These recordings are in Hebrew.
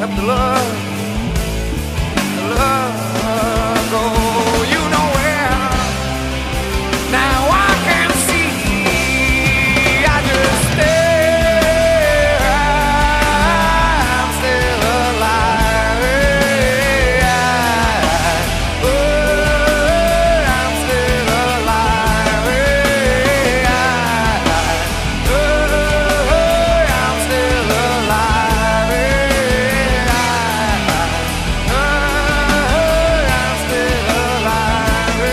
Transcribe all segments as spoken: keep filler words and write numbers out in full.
Let the love, the love go. You know where. Now I can see. I just stare. I'm still alive. Oh, I'm still alive. Oh, I'm still alive. Oh, I'm still alive.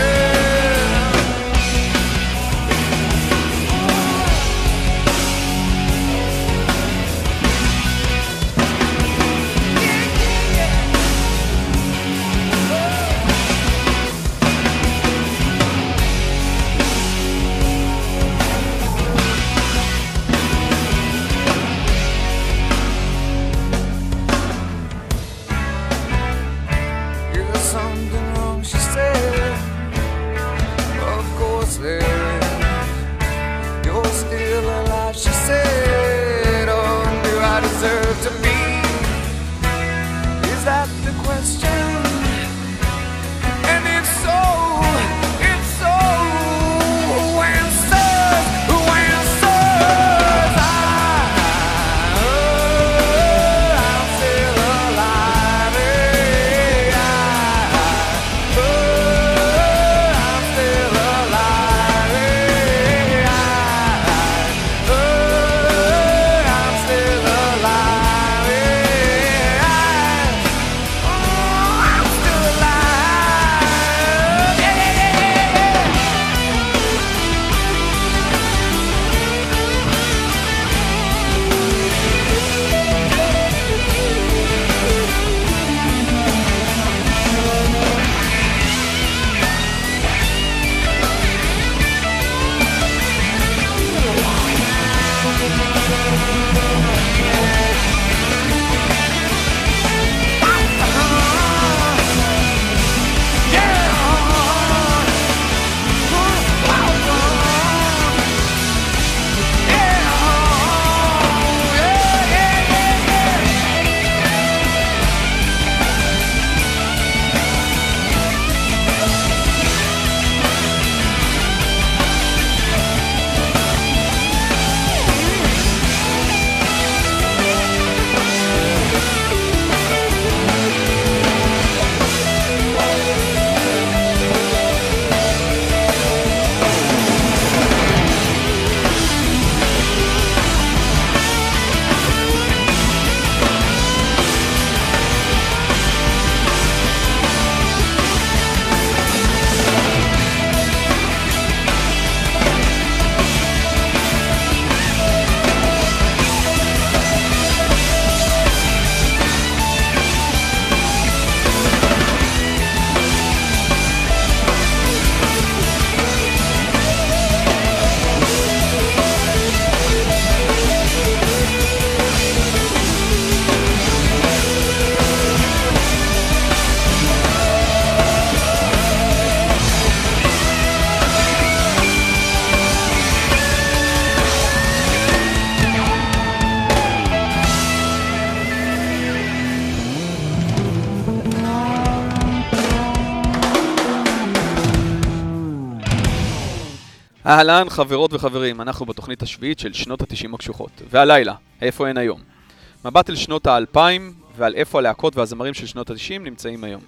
There's something wrong, she said. Of course there is. You're still alive, she said. Oh, do I deserve to be? Is that the question? And if so, if so, who answers? Who answers? I, oh, I'm still alive. I, oh, I'm still alive. I, oh, I'm still alive. I, oh, I'm still alive. Yeah, yeah, yeah, yeah, yeah. אהלן חברות וחברים, אנחנו בתוכנית השביעית של שנות ה-תשעים הקשוחות. והלילה, איפה הן היום? מבט אל שנות ה-אלפיים ועל איפה הלהקות והזמרים של שנות ה-תשעים נמצאים היום.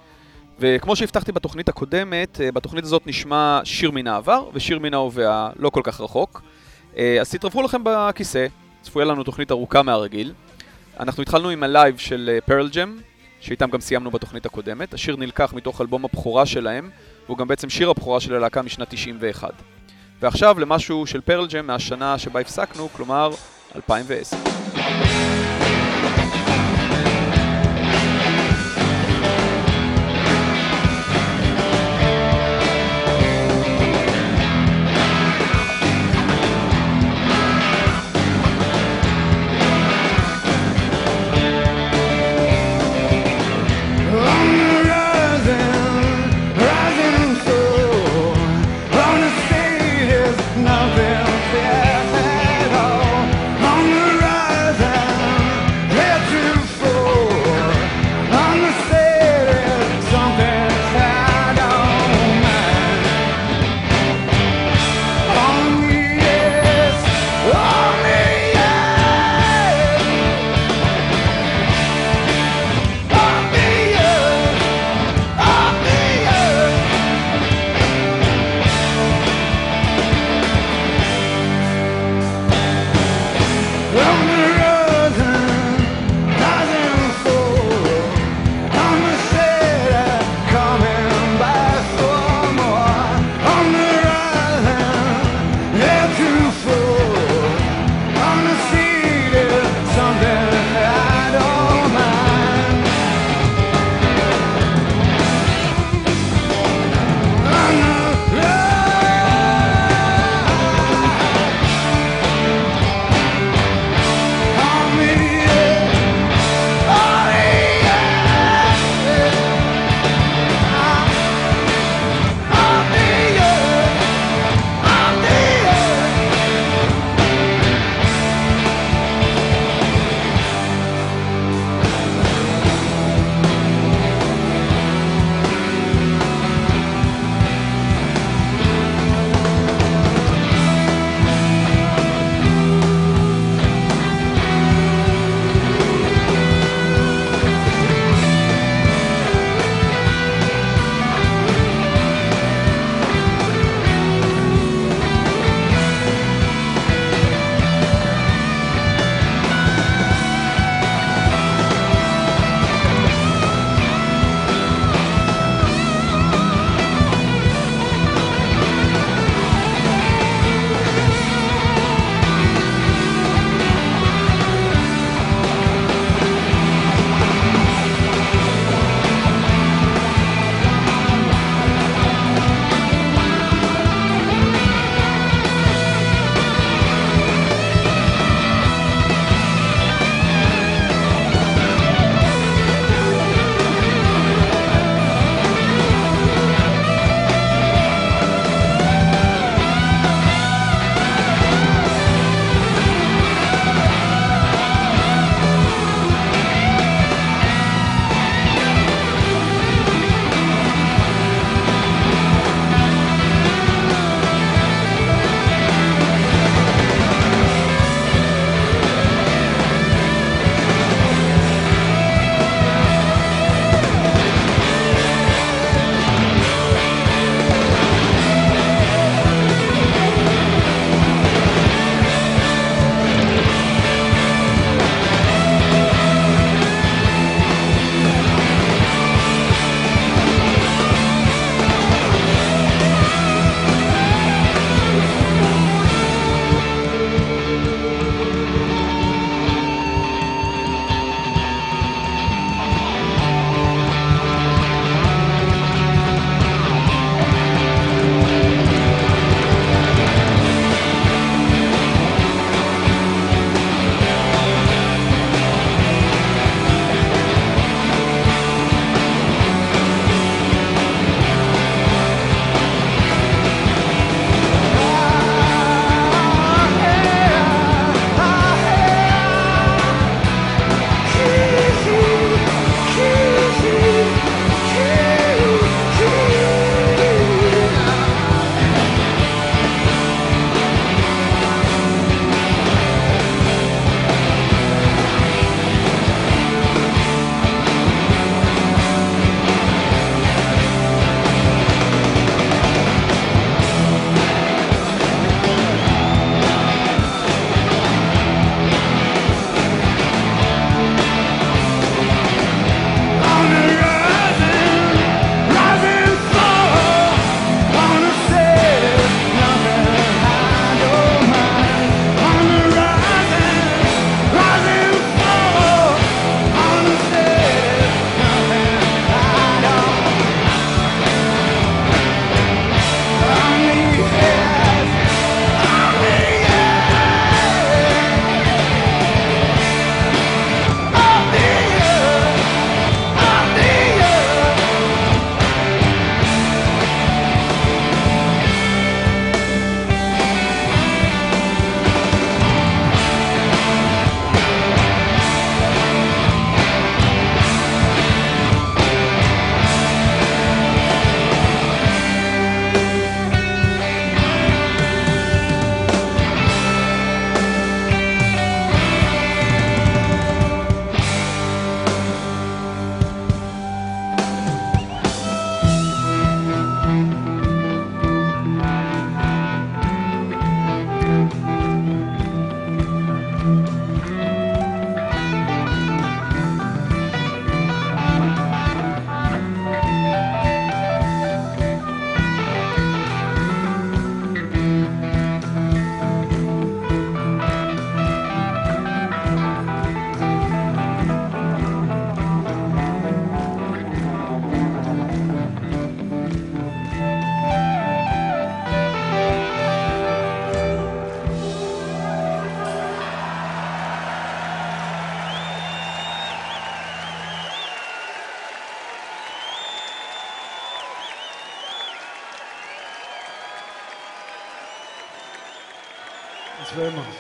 וכמו שהבטחתי בתוכנית הקודמת, בתוכנית הזאת נשמע שיר מן העבר ושיר מן ההווה לא כל כך רחוק. אז תתרפו לכם בכיסא, צפויה לנו תוכנית ארוכה מהרגיל. אנחנו התחלנו עם הלייב של פרל ג'ם, שאיתם גם סיימנו בתוכנית הקודמת. השיר נלקח מתוך אלבום הבכורה שלהם, והוא גם בעצם שיר הבכורה של הלהקה משנת תשעים ואחת. ועכשיו למשהו של פרל ג'ם מהשנה שבה הפסקנו, כלומר אלפיים ועשר. Nothing at all on the rise. very much.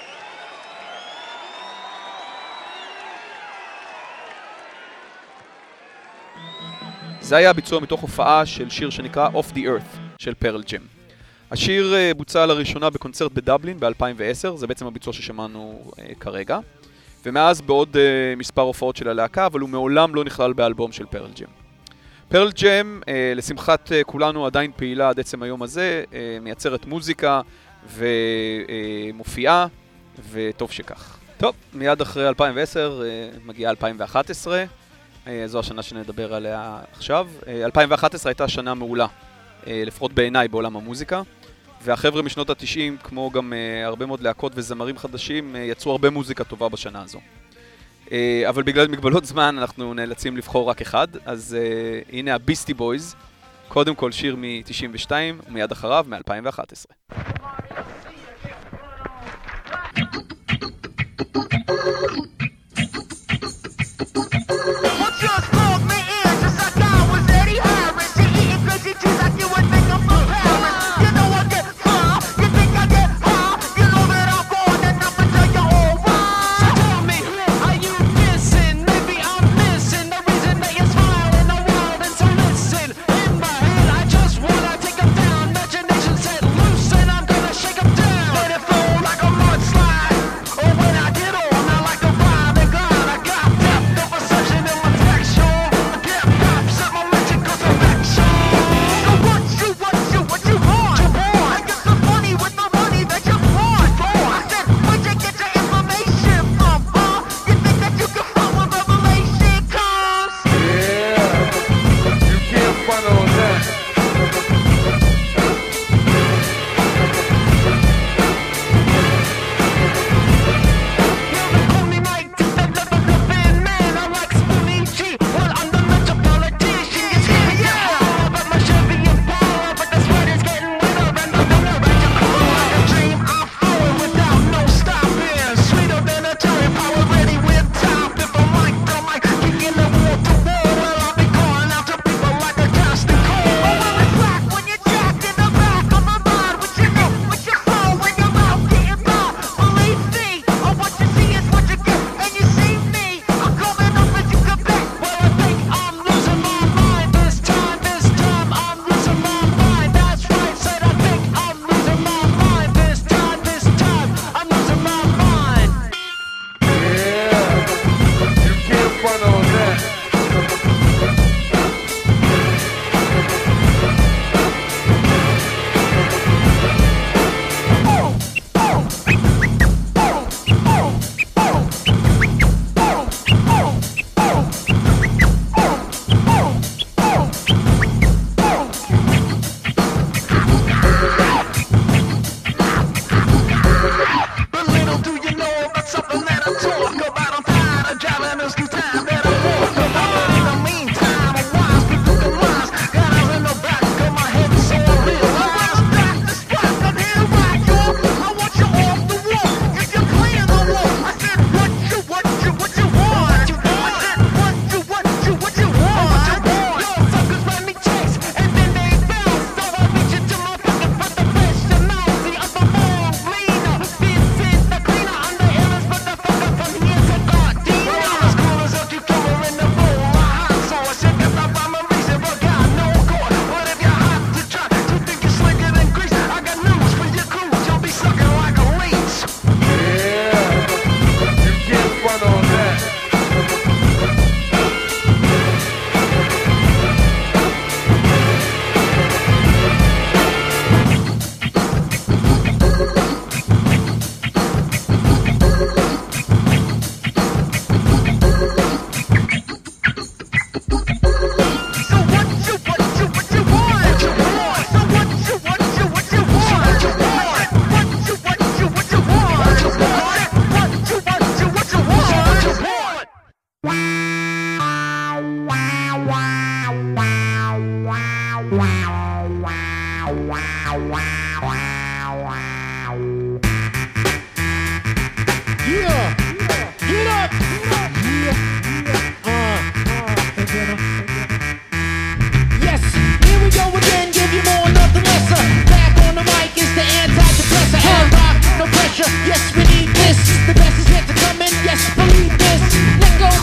זה היה ביצוע מתוך הופעה של שיר שנקרא Off the Earth של פרל ג'ם. השיר בוצע לראשונה בקונצרט בדבלין ב-אלפיים ועשר, זה בעצם הביצוע ששמענו uh, כרגע, ומאז בעוד uh, מספר הופעות של הלהקה, אבל הוא מעולם לא נכלל באלבום של פרל ג'ם. פרל ג'ם, uh, לשמחת uh, כולנו עדיין פעילה עד עצם היום הזה, uh, מייצרת מוזיקה ומופיעה, uh, וטוב שכך. טוב, מיד אחרי אלפיים ועשר uh, מגיעה אלפיים ואחת עשרה, uh, זו השנה שנדבר עליה עכשיו. Uh, אלפיים ואחת עשרה הייתה שנה מעולה, uh, לפחות בעיניי בעולם המוזיקה. והחבר'ה משנות ה-תשעים, כמו גם uh, הרבה מאוד להקות וזמרים חדשים, uh, יצרו הרבה מוזיקה טובה בשנה הזו. Uh, אבל בגלל מגבלות זמן אנחנו נאלצים לבחור רק אחד, אז uh, הנה הביסטי בויז, קודם כל שיר מ-תשעים ושתיים, ומיד אחריו מ-אלפיים ואחת עשרה.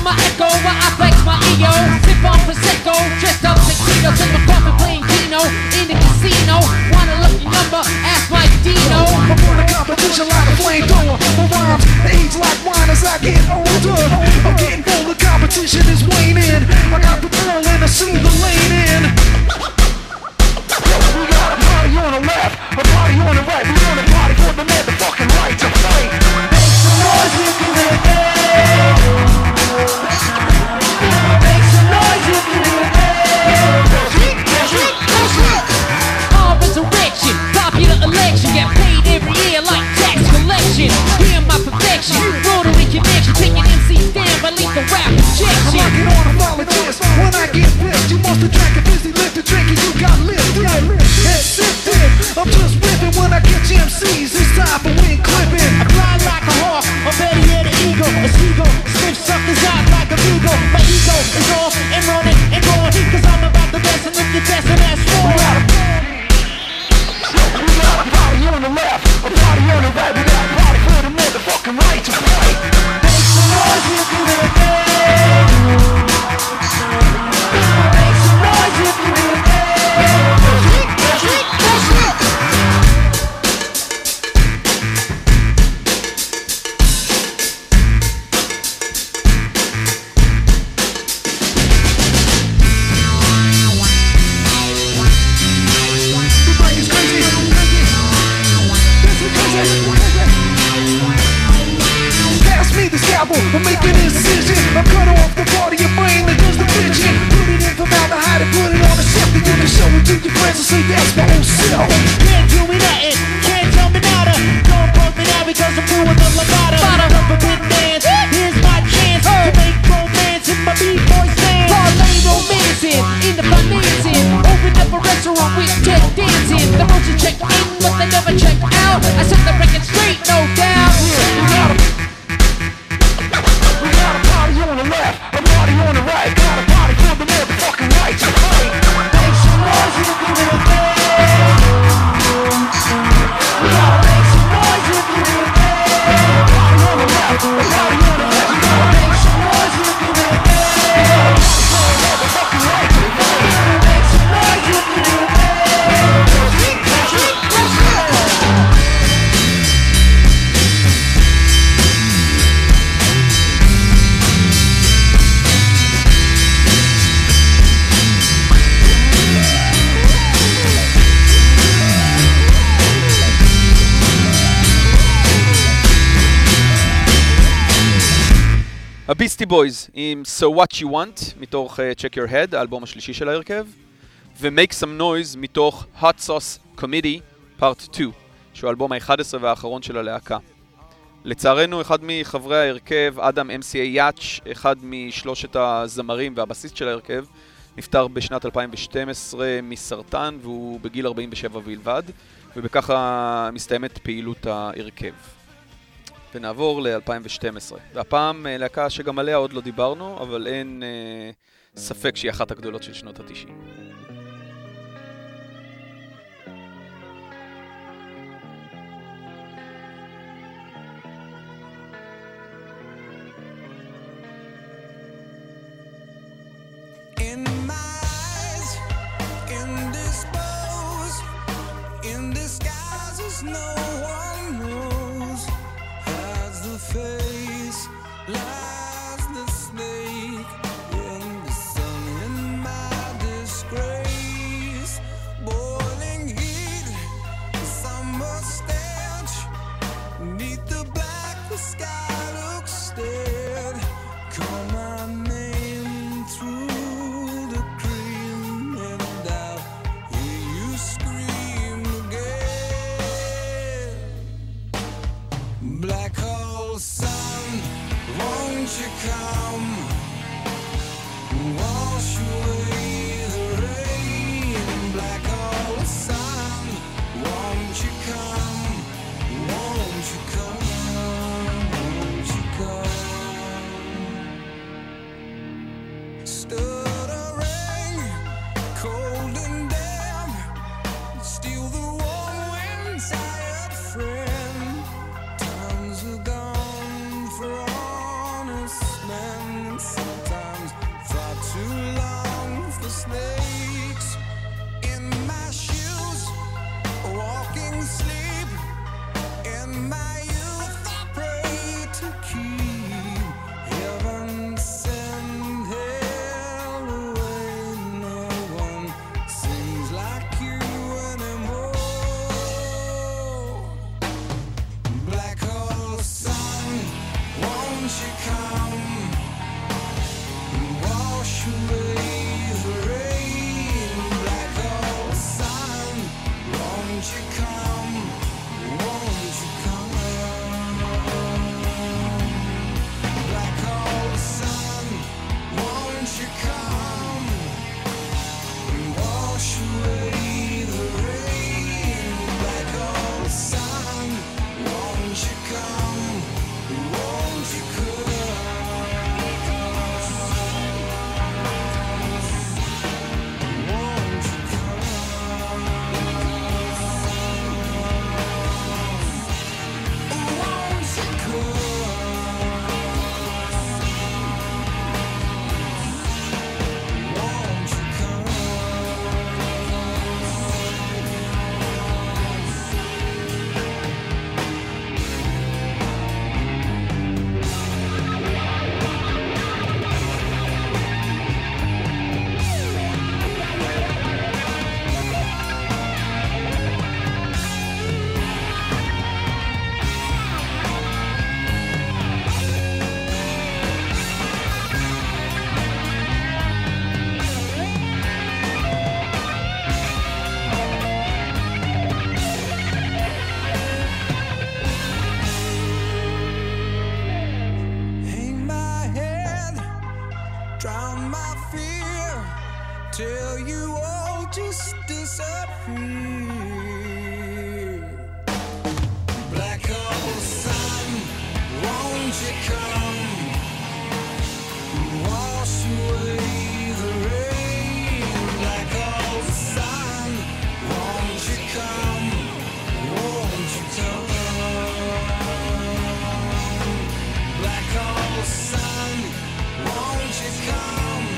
my echo while I flex my ego. Sip on Prosecco, dressed up tuxedo, take my coffee playing Keno in the casino. Want a lucky number? Ask Mike Dino. I'm on a competition like a flamethrower. My rhymes age like wine as I get older. I'm getting bolder, competition is waning. I got the ball and I see the lane in. We got a party on the left, a party on the right. We want a party for the motherfucking right to fight. Make some noise if you hear it. Make some noise if you hear it. All resurrection, popular election, get paid every year like tax collection. Hear my perfection, rotary connection, taking M Cs down by lethal rap I'm injection. rocking on a volunteers. When I get pissed, you must have drank a busy lift a drink and you got lifted and sifted. I'm just ripping when I catch M Cs. It's time for wing clipping. I fly like a hawk, or better yet an eagle, a seagull, sniff suckers out like a beagle. My ego is off and running and going, cause I'm about the best, and if you're testing, that's wrong. We got a party on the left, a party on the right. We got a party for the motherfucking right to fight. Make some noise if you hear it. Make some noise if you hear it. I'm making a decision. I'm cut off the part of your brain that does the bitching. Put it in formaldehyde and put it on a shelf, and you can show it to your friends and say that's my own self. Can't do me nothing, can't tell me nada. Don't punk me now because I'm doing the lagata. Forbidden dance, here's my chance to make romance in my B-boy stance. Parlay romancing, in the financing, open up a restaurant with tech dancing. The roads are checked in, but they never check out. I set the record straight, no doubt. We got a party on the left, a party on the right. Got a party for the motherfucking right to fight. Make some noise if you hear it. We gotta make some noise if you hear it. A party on the left, a party on the right. We gotta make some noise if you hear it. We got a party for the motherfucking right to fight. Make some noise if you hear it. הביסטי בויז עם So What You Want מתוך uh, Check Your Head, האלבום השלישי של ההרכב, ו-Make Some Noise מתוך Hot Sauce Committee Part שתיים, שהוא האלבום ה-אחד עשר והאחרון של הלהקה. לצערנו, אחד מחברי ההרכב, אדם אם סי איי יאץ', אחד משלושת הזמרים והבסיסט של ההרכב, נפטר בשנת אלפיים ושתים עשרה מסרטן, והוא בגיל ארבעים ושבע בלבד, ובככה מסתיימת פעילות ההרכב. ונעבור ל-אלפיים ושתים עשרה. והפעם להקה שגם עליה עוד לא דיברנו, אבל אין אה, ספק שהיא אחת הגדולות של שנות ה-תשעים. No one knows, has the face, lies the snake in the sun. In my disgrace, boiling heat, summer stench, neath the black, the sky looks dead. Call my name through the cream and I'll hear you scream again. Black hole sun, won't you come, wash away the rain. Black hole sun, won't you come, won't you come, won't you come. Stuttering, cold and damp, steal the warm wind, tired friend. Times are gone for honest come and wash away the rain? Black hole sun, won't you come? Won't you come? Black hole sun, won't you come and wash away the rain? Black hole sun, won't you come? Won't you till you all just disappear? Black hole sun, won't you come and wash away the rain? Black hole sun, won't you come? Won't you come? Black hole sun, won't you come?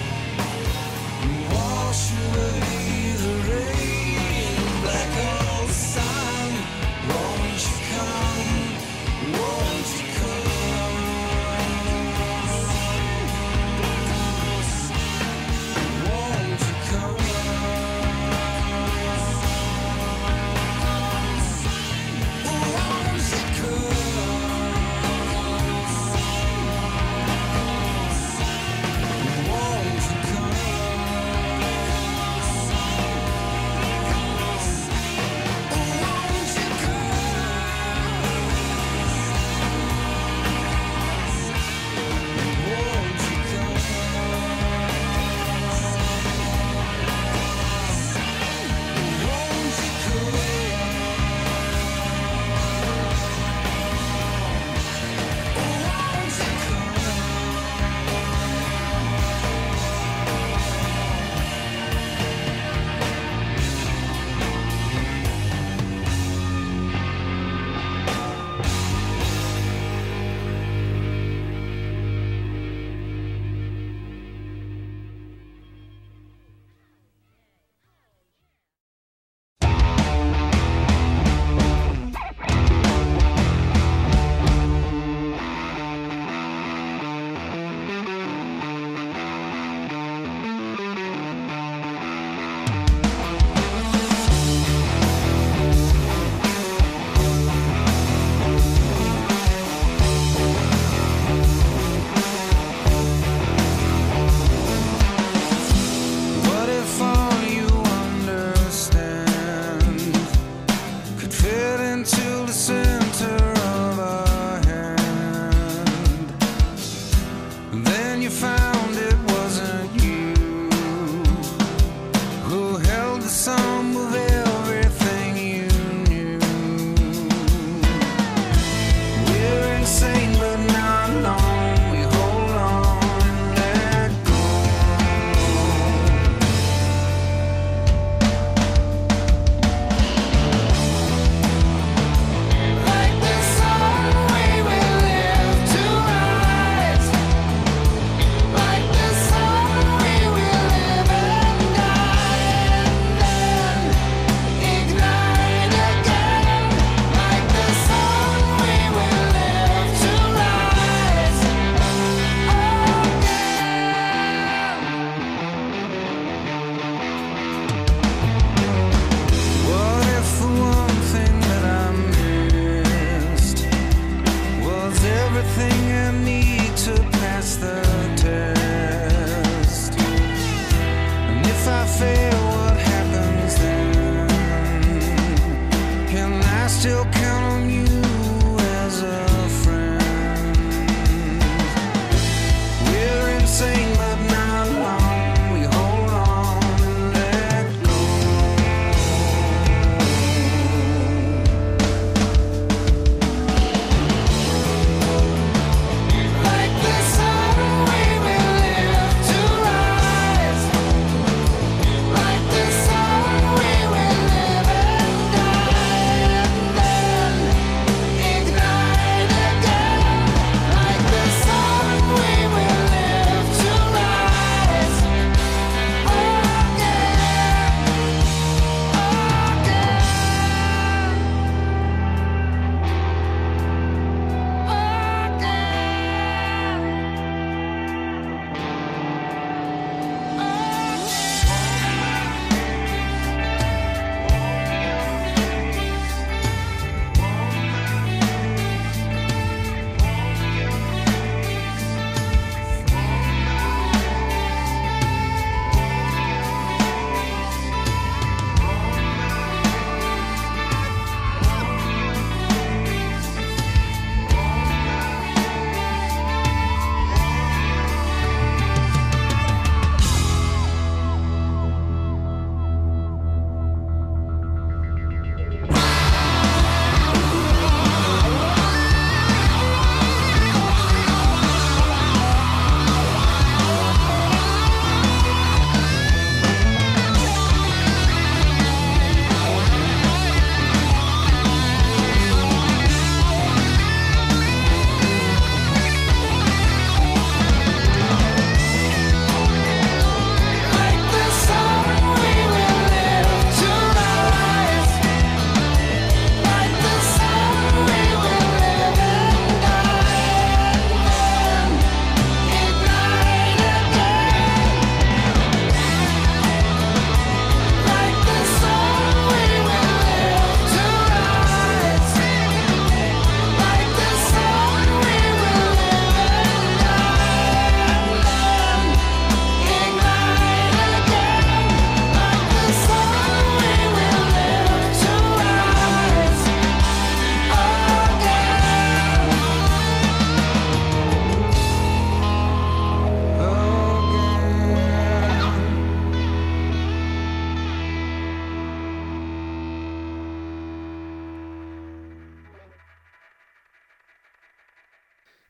Wash away the rain. Black hole sun, won't you come? Won't you come? Won't you come? Won't you come? Won't you come? What if all you understand could fit into the center of a hand? Then you found it wasn't you who held the sum of everything you knew. We're insane but not alone. We hold on and let go. Like the sun we will live to rise.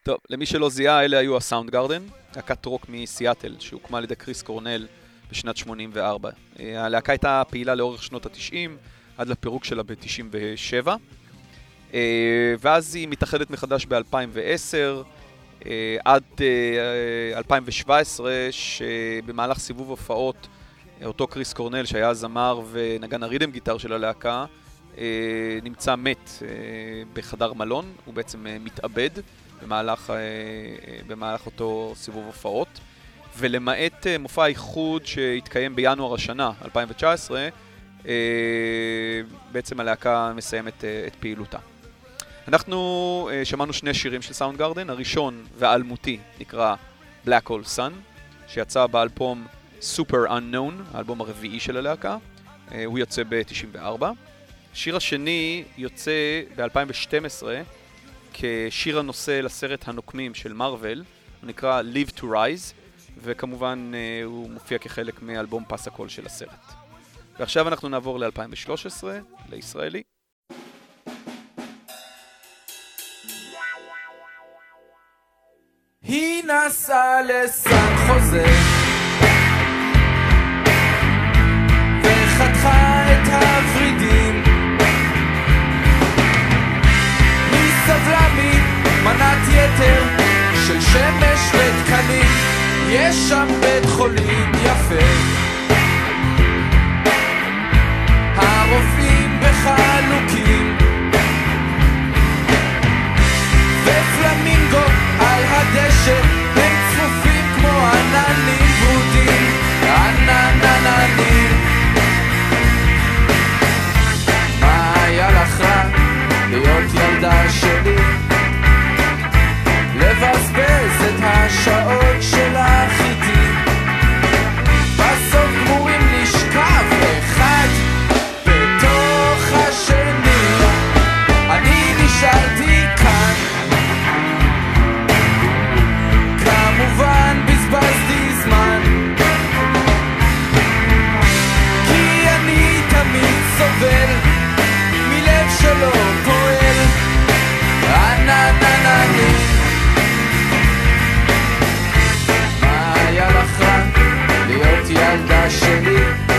טוב, למי שלא זיהה, אלה היו הסאונד גארדן, להקת רוק מסיאטל, שהוקמה על ידי קריס קורנל בשנת שמונים וארבע. הלהקה הייתה פעילה לאורך שנות ה-תשעים, עד לפירוק שלה ב-תשעים ושבע, ואז היא מתאחדת מחדש ב-אלפיים ועשר, עד אלפיים ושבע עשרה, שבמהלך סיבוב הופעות, אותו קריס קורנל, שהיה זמר ונגן הרידם גיטר של הלהקה, נמצא מת בחדר מלון, הוא בעצם מתאבד במהלך, במהלך אותו סיבוב הופעות, ולמעט מופע איחוד שהתקיים בינואר השנה, אלפיים ותשע עשרה, בעצם הלהקה מסיימת את פעילותה. אנחנו שמענו שני שירים של סאונד גארדן, הראשון והאלמותי נקרא Black Hole Sun, שיצא באלבום Super Unknown, האלבום הרביעי של הלהקה, הוא יוצא ב-תשעים וארבע. השיר השני יוצא ב-אלפיים ושתים עשרה כשיר הנושא לסרט הנוקמים של מארוול, הוא נקרא Live to Rise, וכמובן הוא מופיע כחלק מאלבום פס הקול של הסרט. ועכשיו אנחנו נעבור ל-אלפיים ושלוש עשרה, לישראלי. היא נסעה לסן חוזה וחתכה את הורידים, היא סבלה ממנת יתר של שמש ותקנים, יש שם בית חולים יפה, הרופאים בחלוקים ופלמינגו על הדשא, הם צפופים כמו עננים ברודים, עננננים. מה היה לך רע להיות ילדה שלי, לבזבז את השעות שלך איתי, בסוף גמורים לשכב אחד בתוך השני, אני נשארתי כאן, כמובן בזבזתי זמן, כי אני תמיד סובל מלב שלא פועל, עננננים. מה היה לך רע להיות ילדה שלי,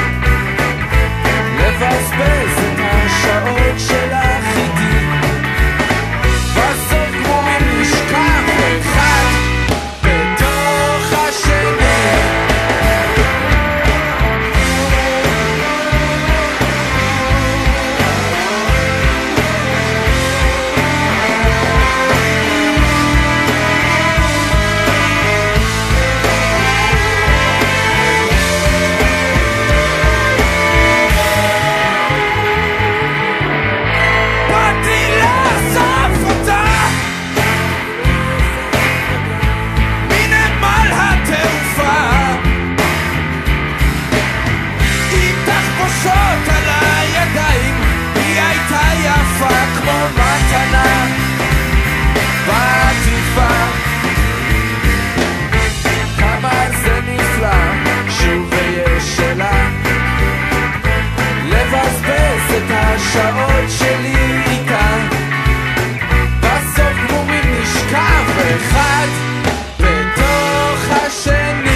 לבזבז את השעות שלך איתי, בסוף גמורים לשכב אחד בתוך השני. כמו מתנה בעטיפה, כמה זה נפלא שוב ויש שלה, לבזבז את השעות שלי איתה, בסוף גמורים נשכב אחד בתוך השני.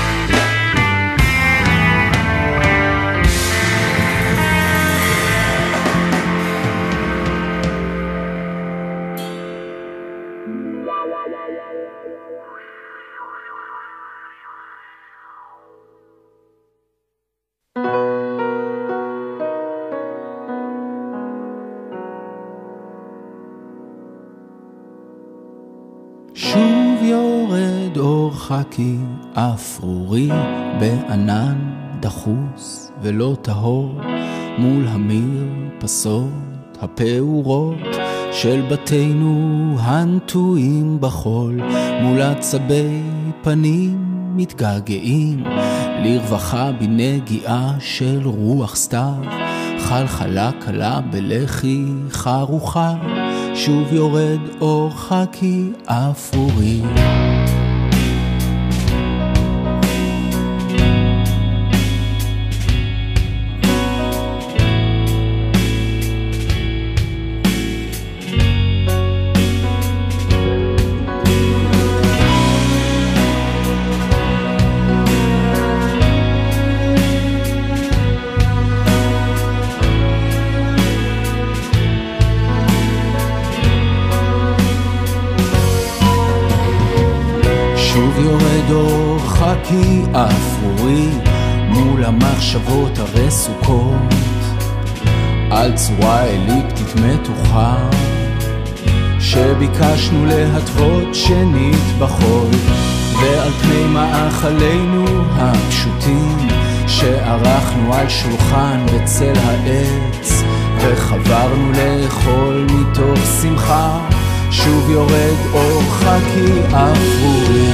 שוב יורד אור חכי אפרורי בענן דחוס ולא טהור, מול המרפסות הפעורות של בתינו הנטועים בחול, מול עצבי פנים מתגעגעים לרווחה בנגיעה של רוח סתיו, חלחלה קלה בלחי חרוכה, שוב יורד אור חכי אפורי. יורד אור חכי אפרורי מול המחשבות הרסוקות על צורה אליפטית מתוחה שביקשנו להתוות שנית בחול ועל פני מאכלינו הפשוטים שערכנו על שולחן בצל העץ וחברנו לאכול מתוך שמחה שוב יורד אור חכי אפרורי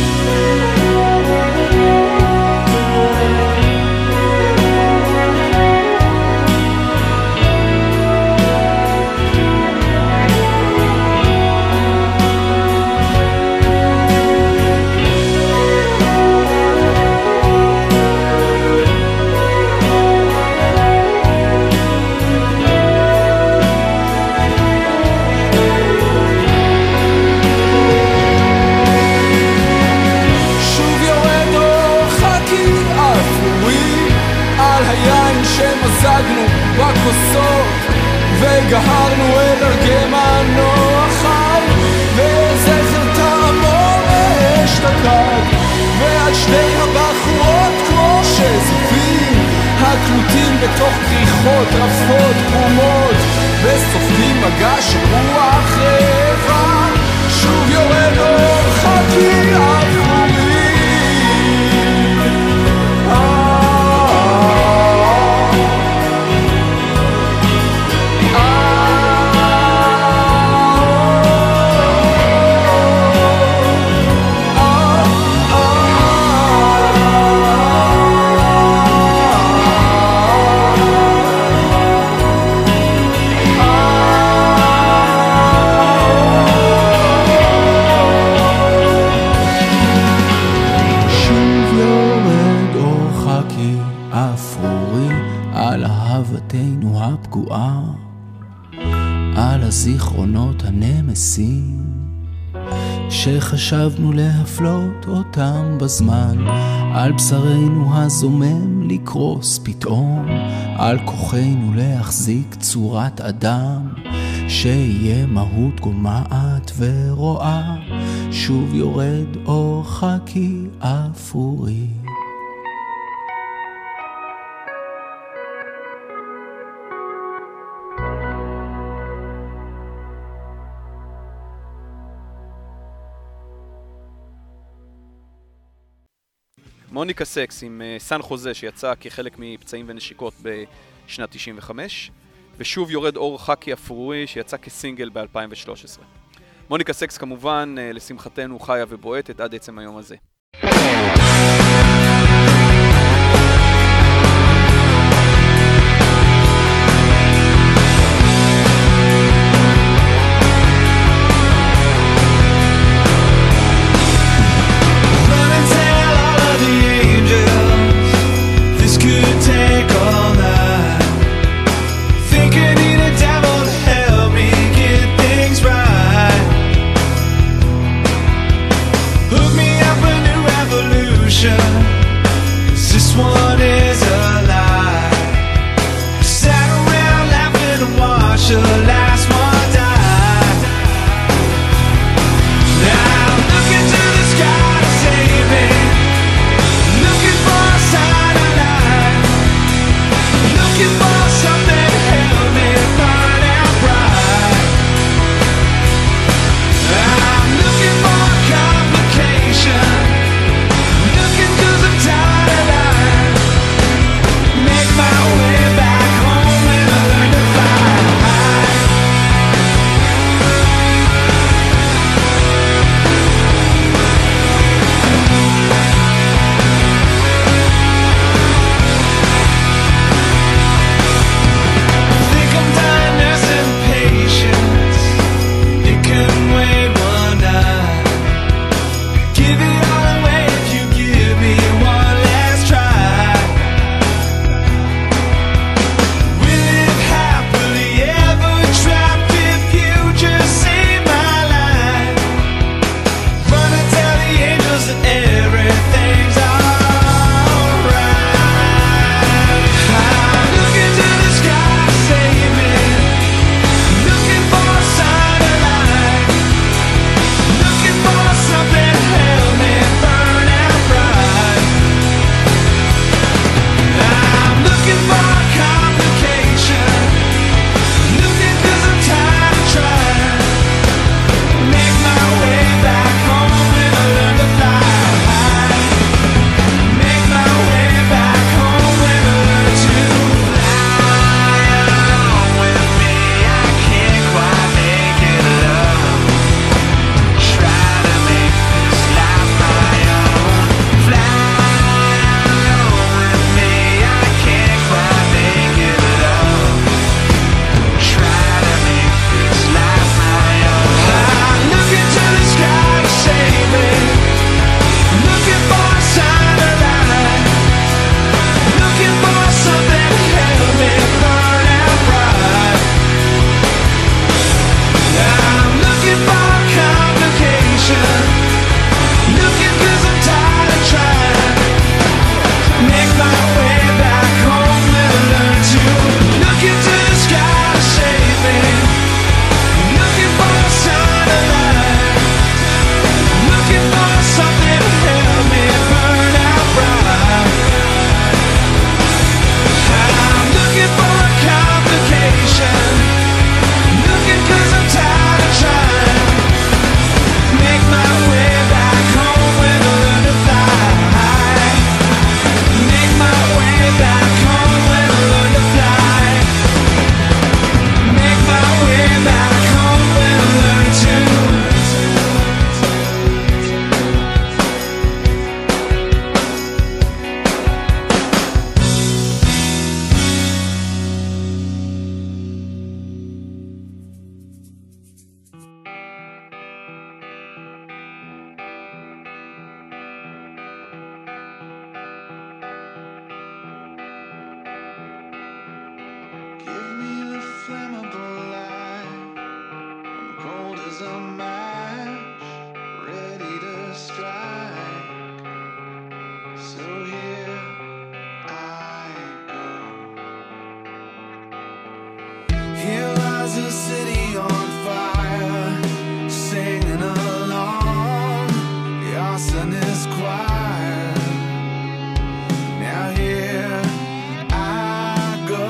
שמזגנו בכוסות וגהרנו אל הרגם הנוחל וזכר טעמו אשתקד ועד שתי הבחורות כמו שזופים הקלוטים בתוך כריכות רפות פרומות וסופגים מגע של רוח רעבה שוב יורד אור חכי אפרורי הפגועה על הזיכרונות הנמסים שחשבנו להפלות אותם בזמן על בשרנו הזומם לקרוס פתאום על כוחנו להחזיק צורת אדם שיהיה מהות גומעת ורואה שוב יורד אור חכי אפרורי מוניקה סקס עם סן חוזה שיצא כחלק מפצעים ונשיקות בשנת תשעים וחמש ושוב יורד אור חכי אפרורי שיצא כסינגל ב-אלפיים ושלוש עשרה. מוניקה סקס כמובן לשמחתנו חיה ובועטת עד עצם היום הזה. Looking 'cause I'm tired of lying. Give me the flammable light. I'm cold as a match, ready to strike. So here I go. Here lies a city on fire, singing along the arsonist choir. Now here I go.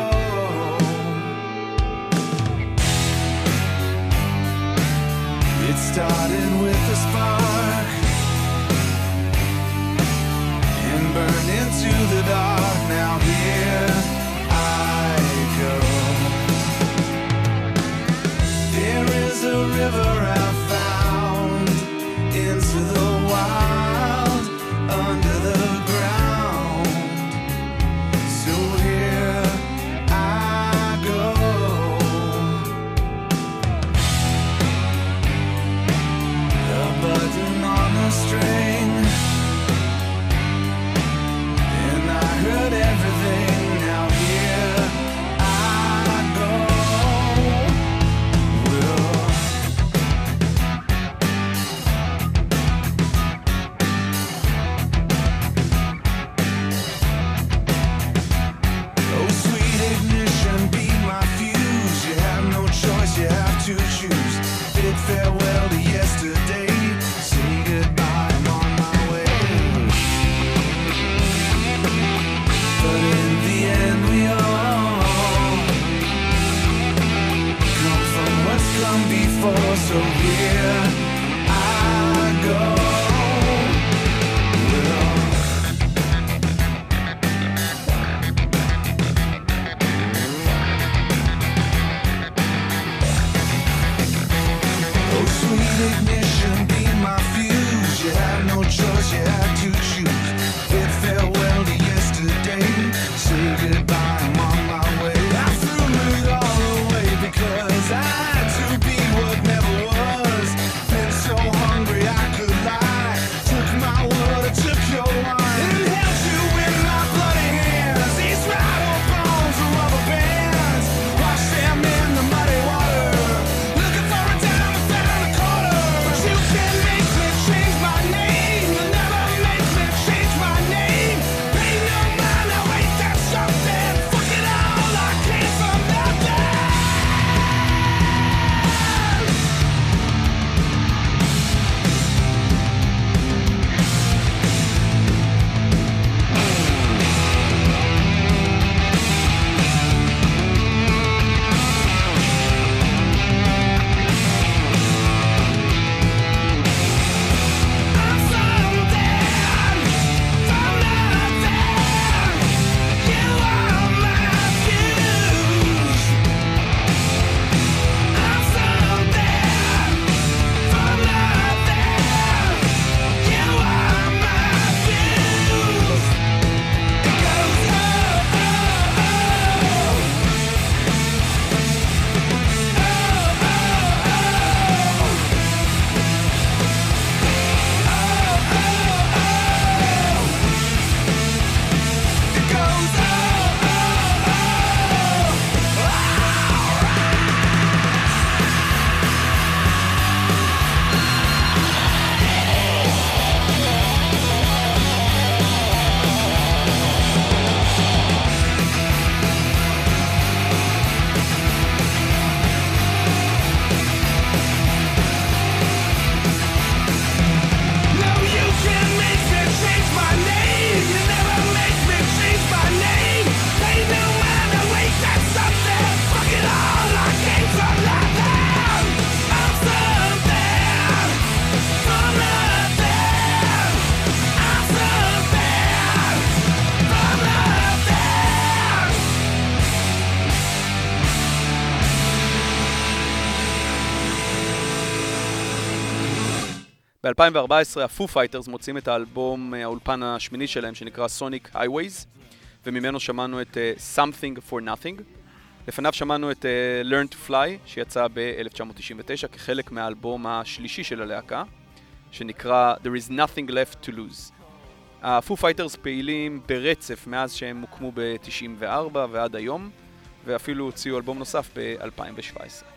It started with a spark and burned into the dark. Now here I go. There is a river I've found into the wild, under the ground. So here I go. A button on a string, and I heard everything. Now here I go. Well, oh, sweet ignition, be my fuse. You have no choice, you have to choose. Bid farewell to yesterday. Say goodbye, I'm on my way. But in the end, we all come from what's come before. So here I go. Well, oh, sweet ignition, be my fuse. You have no choice, you have to choose. Bid farewell to yesterday. Say goodbye, I'm on my way. I threw it all away because I had to be what never was. Been so hungry I could lie. Took my word, I took your wine, and held you in my bloody hands. These rattle bones are rubber bands. Wash them in the muddy water. Looking for a dime, I found a quarter. But you can make me change my name. You'll never make me change my name. Pay no mind, I wait, that's something. Fuck it all, I came from nothing. I'm something from nothing. You are my fuse. I'm something from nothing. You are my fuse. It goes oh oh oh. It goes oh No, you can make me change my name. You never make me change my name. Pay no mind, I wait, that's something. Fuck it all, I came from nothing. I'm something from nothing. I'm something from nothing. ב-אלפיים וארבע עשרה הפו פייטרס מוצאים את האלבום האולפן השמיני שלהם שנקרא Sonic Highways, וממנו שמענו את uh, Something for Nothing. לפניו שמענו את uh, Learn to Fly שיצא ב-אלף תשע מאות תשעים ותשע כחלק מהאלבום השלישי של הלהקה שנקרא There is Nothing Left to Lose. הפו פייטרס פעילים ברצף מאז שהם הוקמו ב-תשעים וארבע ועד היום, ואפילו הוציאו אלבום נוסף ב-אלפיים שבע עשרה.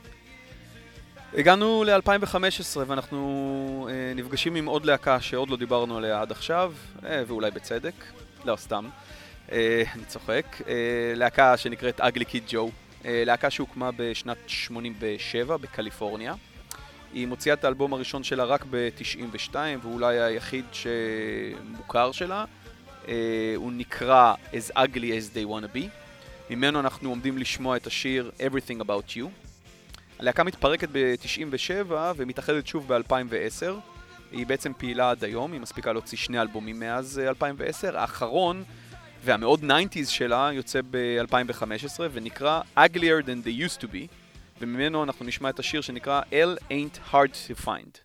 הגענו ל-אלפיים וחמש עשרה ואנחנו אה, נפגשים עם עוד להקה שעוד לא דיברנו עליה עד עכשיו, אה, ואולי בצדק, לא סתם, אה, אני צוחק, אה, להקה שנקראת Ugly Kid Joe, אה, להקה שהוקמה בשנת שמונים ושבע בקליפורניה. היא מוציאה את האלבום הראשון שלה רק ב-תשעים ושתיים, ואולי היחיד שמוכר שלה, אה, הוא נקרא As Ugly As They Wanna Be. ממנו אנחנו עומדים לשמוע את השיר Everything About You. הלהקה מתפרקת ב-תשעים ושבע ומתאחדת שוב ב-אלפיים ועשר. היא בעצם פעילה עד היום, היא מספיקה להוציא שני אלבומים מאז אלפיים ועשר. האחרון והמאוד ניינטיז שלה יוצא ב-אלפיים וחמש עשרה ונקרא Uglier Than They Used To Be, וממנו אנחנו נשמע את השיר שנקרא Hell Ain't Hard To Find.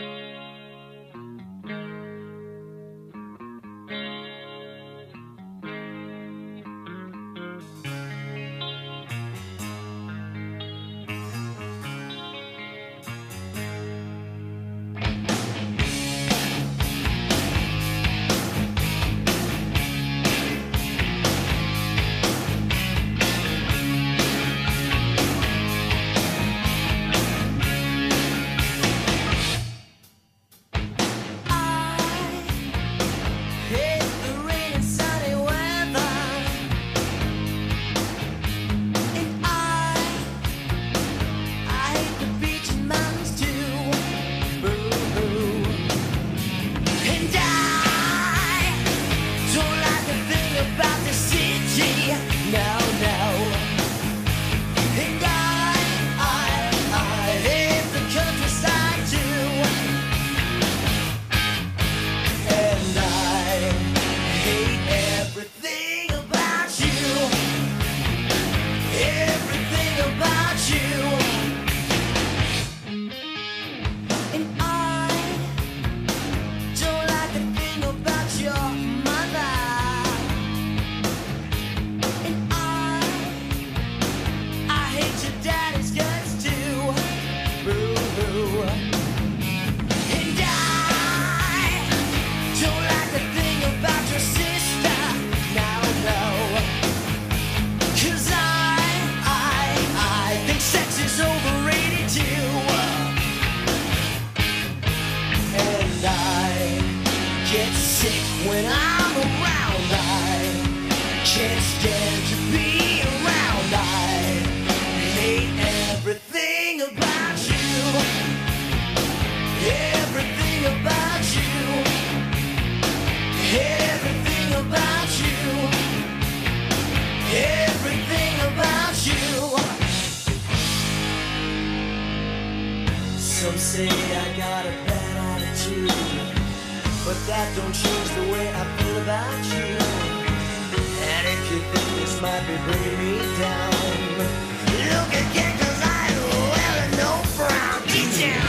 Some say I got a bad attitude, but that don't change the way I feel about you. And if you think this might be bringing me down, look again, 'cause I am well and no brown. Get down.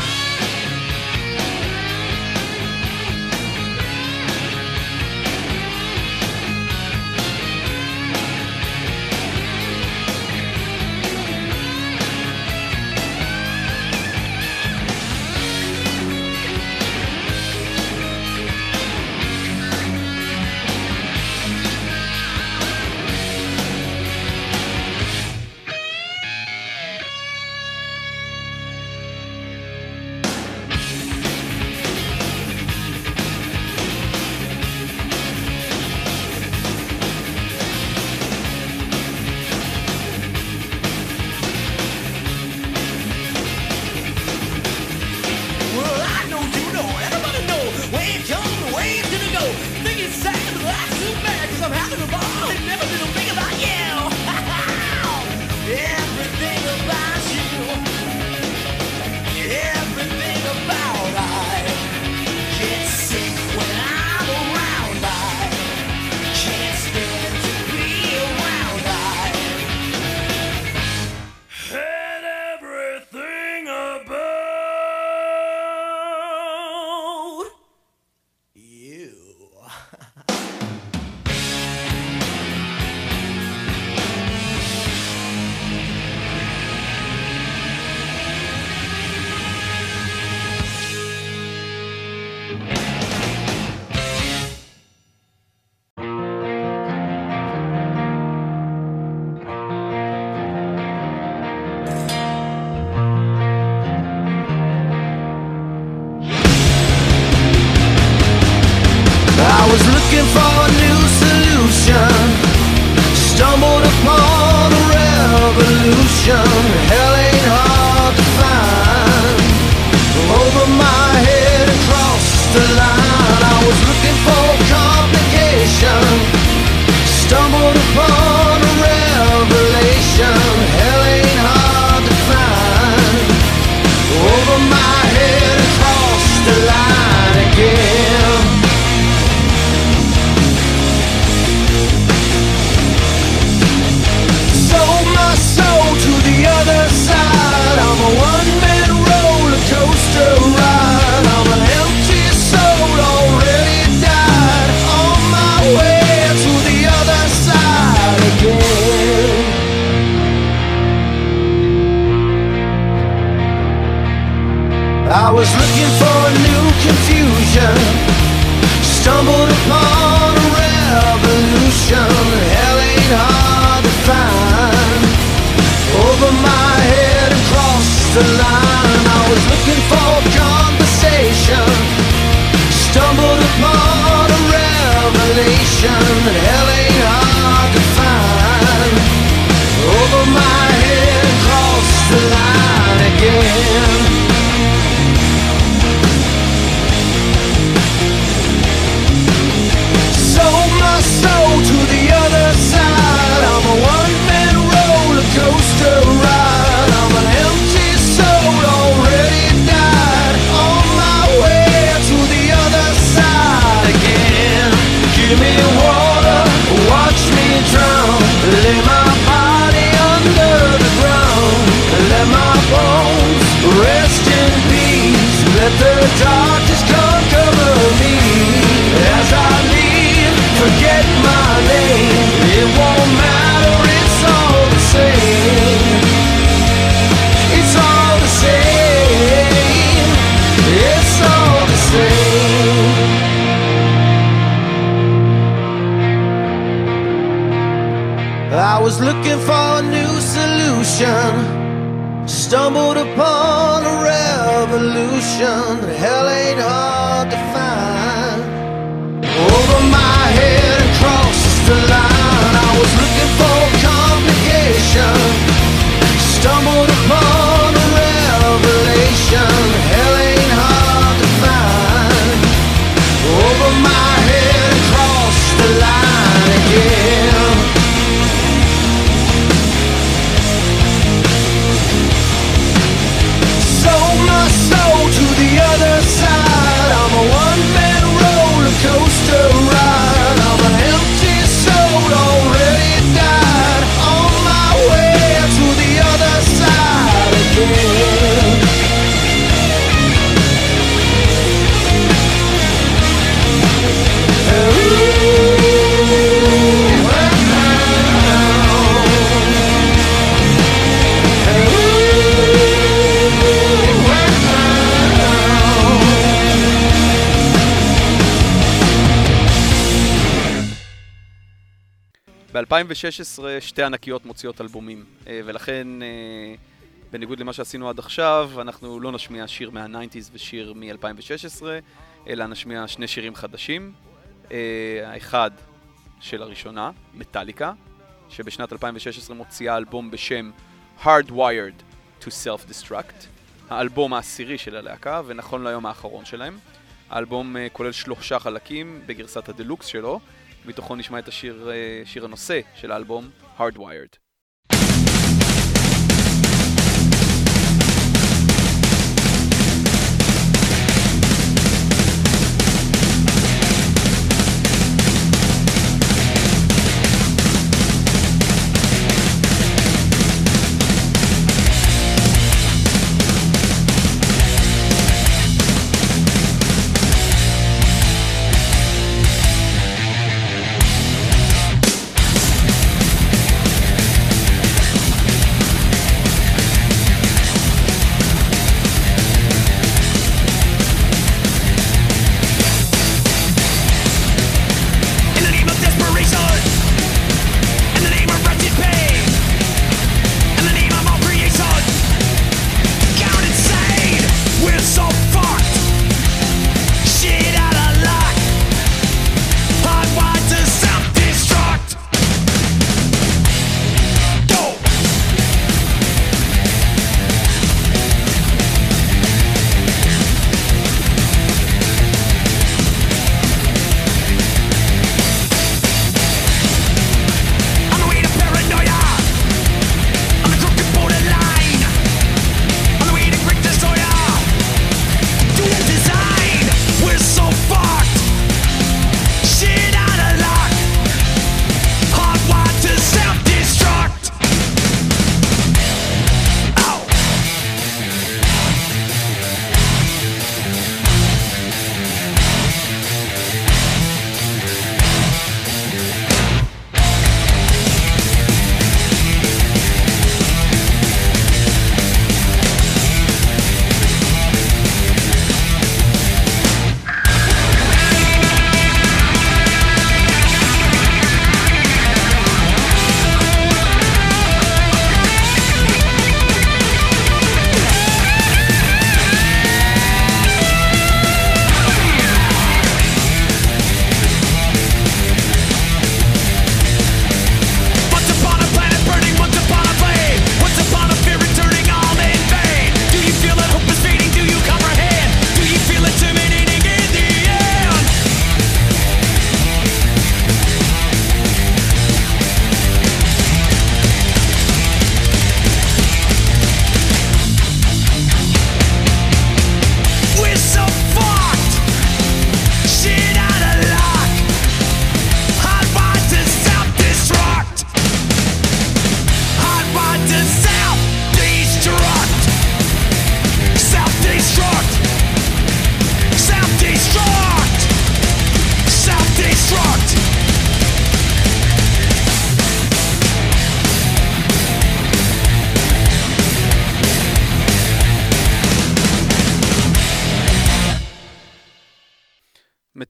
was looking for a new solution, stumbled upon a revolution. Hell ain't hard to find. Over my head across the line, I was looking for complication, stumbled upon a revelation. Hell ain't hard to find. Over my head across the line again. Sold my soul to the other side. I'm a one-man roller coaster ride. I'm an empty soul already died. On my way to the other side again. I was looking for a new confusion, stumbled upon a revolution. Hell ain't hard to find. Over my head across the line, I was looking for conversation, stumbled upon a revelation. Hell ain't hard to find. Over my head across the line again. Sold my soul to the other side. I'm a one-man roller coaster ride. I'm an empty soul already died. On my way to the other side again. Give me water, watch me drown. Lay my body under the ground. Let my bones rest in peace. Let the darkness come cover me as I leave. Forget my name, it won't matter, it's all the same. It's all the same. It's all the same. I was looking for a new solution, stumbled upon a revolution. Hell ain't hard to find. Over my head across the line, I was looking for complication, stumbled upon a revelation. Hell ain't hard to find. Over my head across the line again. Sold my soul to the other side. I'm a one-man roller coaster ride. I'm an empty soul already died. On my way to the other side again. ב-אלפיים ושש עשרה שתי ענקיות מוציאות אלבומים, ולכן בניגוד למה שעשינו עד עכשיו, אנחנו לא נשמיע שיר מה-תשעים ושיר מ-אלפיים ושש עשרה, אלא נשמיע שני שירים חדשים. האחד של הראשונה, מטאליקה, שבשנת אלפיים ושש עשרה מוציאה אלבום בשם Hardwired to Self-Destruct, האלבום העשירי של הלהקה, ונכון ליום האחרון שלהם. האלבום כולל שלושה חלקים בגרסת הדלוקס שלו, מתוכו נשמע את השיר, שיר הנושא של האלבום, Hardwired. We'll be right back.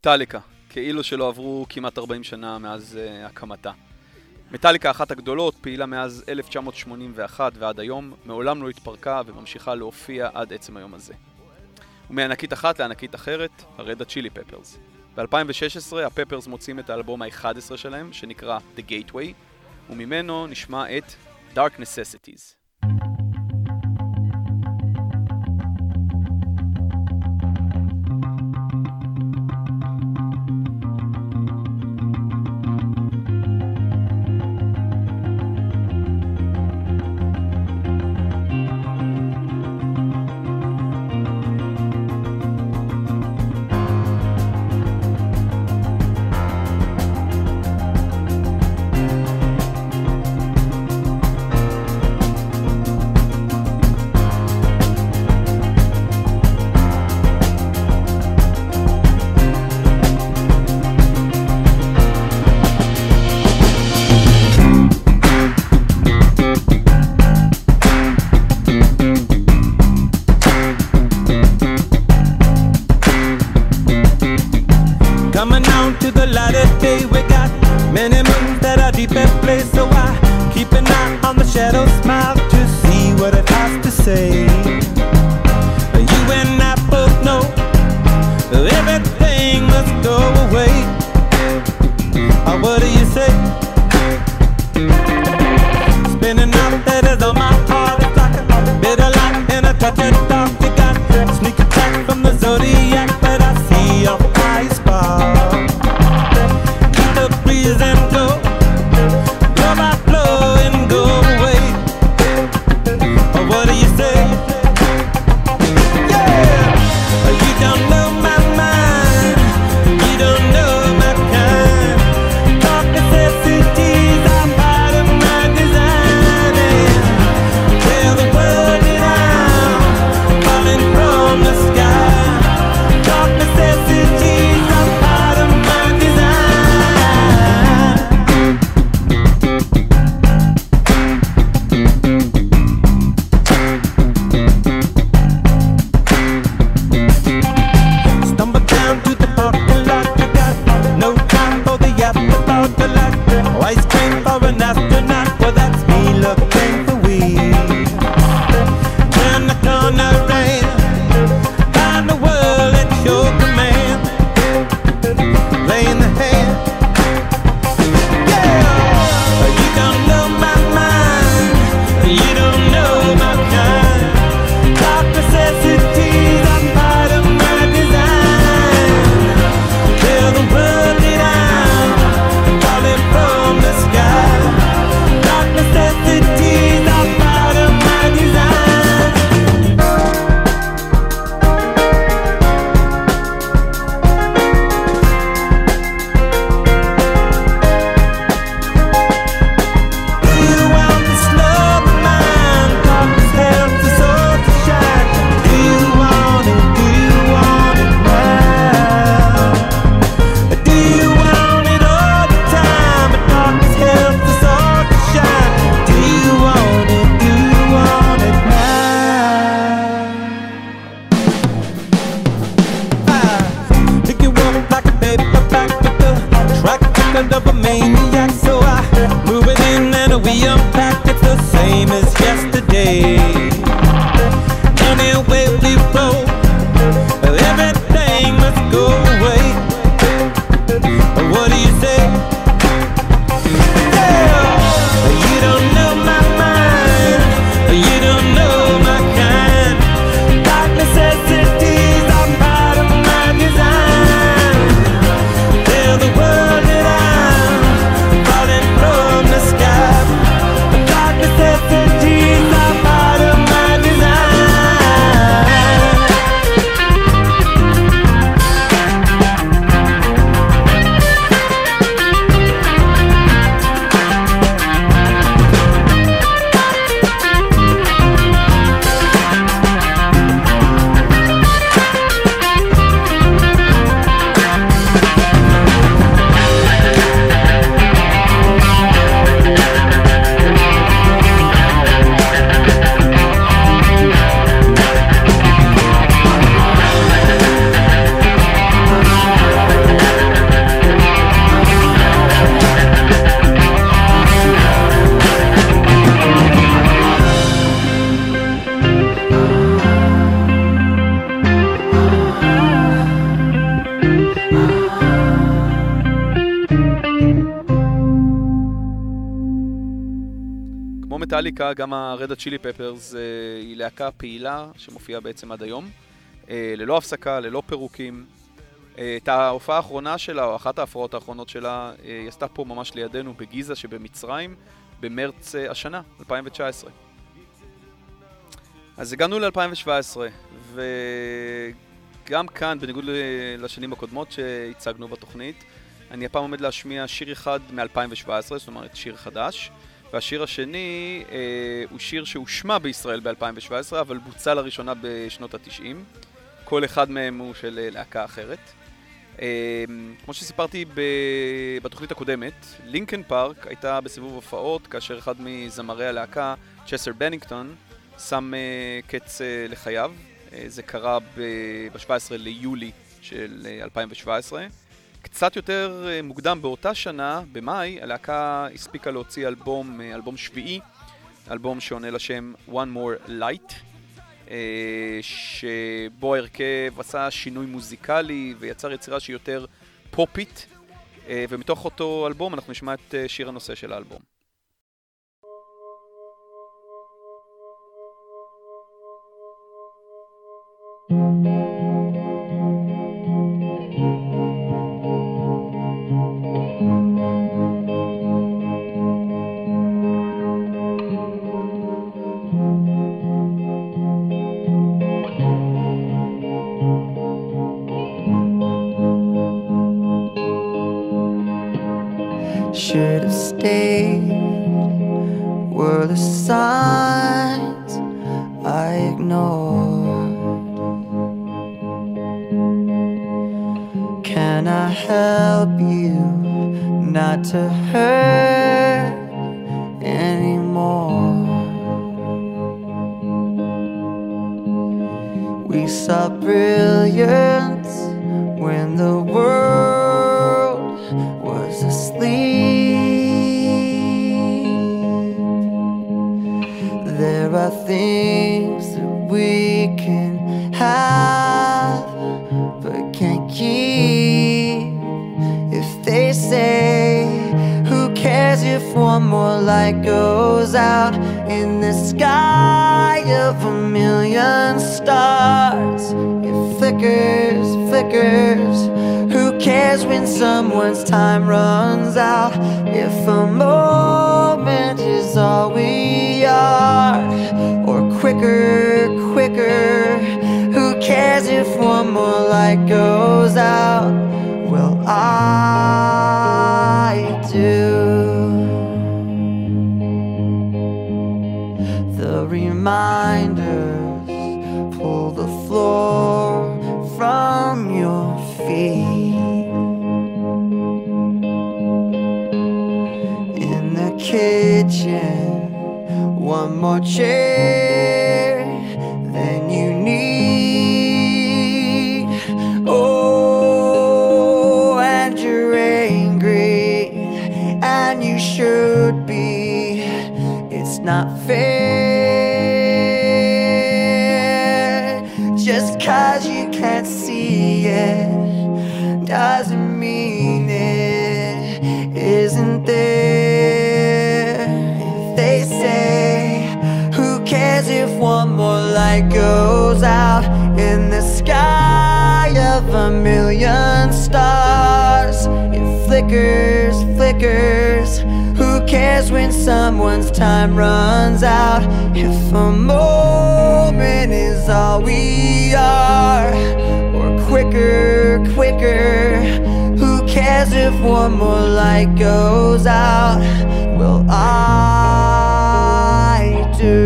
מטאליקה, כאילו שלא עברו כמעט ארבעים שנה מאז uh, הקמתה. מטאליקה אחת הגדולות, פעילה מאז אלף תשע מאות שמונים ואחת ועד היום, מעולם לא התפרקה וממשיכה להופיע עד עצם היום הזה. ומענקית אחת לענקית אחרת, הרד הצ'ילי פפרס. ב-אלפיים ושש עשרה הפפרס מוצאים את האלבום ה-אחד עשר שלהם, שנקרא The Gateway, וממנו נשמע את Dark Necessities. Tell the world that I'm מטאליקה, גם ה-Red Hot Chili Peppers היא להקה פעילה שמופיעה בעצם עד היום, ללא הפסקה, ללא פירוקים. את ההופעה האחרונה שלה, או אחת ההופעות האחרונות שלה, היא עשתה פה ממש לידינו בגיזה שבמצרים, במרץ השנה, אלפיים תשע עשרה. אז הגענו ל-אלפיים שבע עשרה, וגם כאן, בניגוד לשנים הקודמות שהצגנו בתוכנית, אני הפעם עומד להשמיע שיר אחד מ-אלפיים שבע עשרה, זאת אומרת שיר חדש, והשיר השני אה, הוא שיר שהושמע בישראל ב-אלפיים שבע עשרה, אבל בוצע לראשונה בשנות ה-תשעים. כל אחד מהם הוא של להקה אחרת. אה, כמו שסיפרתי ב- בתוכנית הקודמת, לינקן פארק הייתה בסיבוב הופעות, כאשר אחד מזמרי הלהקה, צ'סר בנינגטון, שם uh, קץ uh, לחייו. Uh, זה קרה ב-שבעה עשר ליולי של uh, אלפיים שבע עשרה. קצת יותר uh, מוקדם באותה שנה, במאי, הלהקה הספיקה להוציא אלבום, uh, אלבום שביעי, אלבום שעונה לשם One More Light, uh, שבו ההרכב עשה שינוי מוזיקלי ויצר יצירה שהיא יותר פופית, uh, ומתוך אותו אלבום אנחנו נשמע את uh, שיר הנושא של האלבום. Should have stayed. Were the signs I ignored? Can I help you not to hurt anymore? We saw brilliance when the world was asleep. There are things that we can have but can't keep. If they say, who cares if one more light goes out in the sky of a million stars? It flickers, flickers. Who cares when someone's time runs out? If a moment is all we are, or quicker, quicker. Who cares if one more light goes out? Well, I do. The reminders pull the floor from your feet. In the kitchen, one more chair than you need. Oh, and you're angry, and you should be. It's not fair. Just 'cause you can't see it doesn't mean it isn't there. If they say, who cares if one more light goes out in the sky of a million stars? It flickers, flickers. Who cares when someone's time runs out? If a moment is all we are, or quicker, quicker. Who cares if one more light goes out? Well, I do.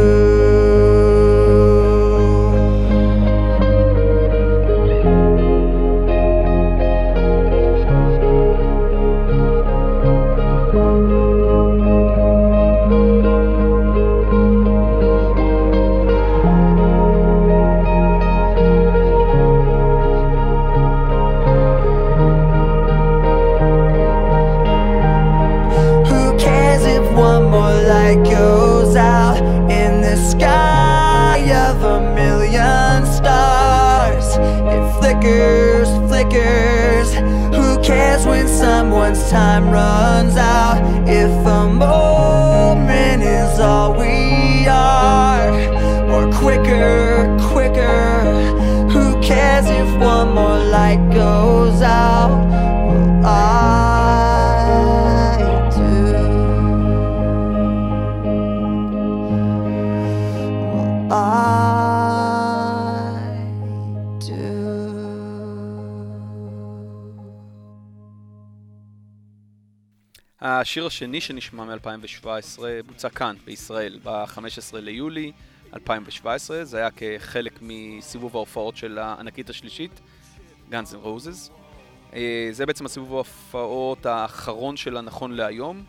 Goes out in the sky of a million stars. It flickers, flickers. Who cares when someone's time runs out? If a moment living is all we are. Or quicker, quicker. Who cares if one more light goes out? Well, I do. Well, I do. השיר השני שנשמע מ-אלפיים שבע עשרה בוצע כאן, בישראל, ב-חמישה עשר ליולי אלפיים שבע עשרה. זה היה כחלק מסיבוב ההופעות של הענקית השלישית, Guns N' Roses. זה בעצם הסיבוב ההופעות האחרון שלה נכון להיום.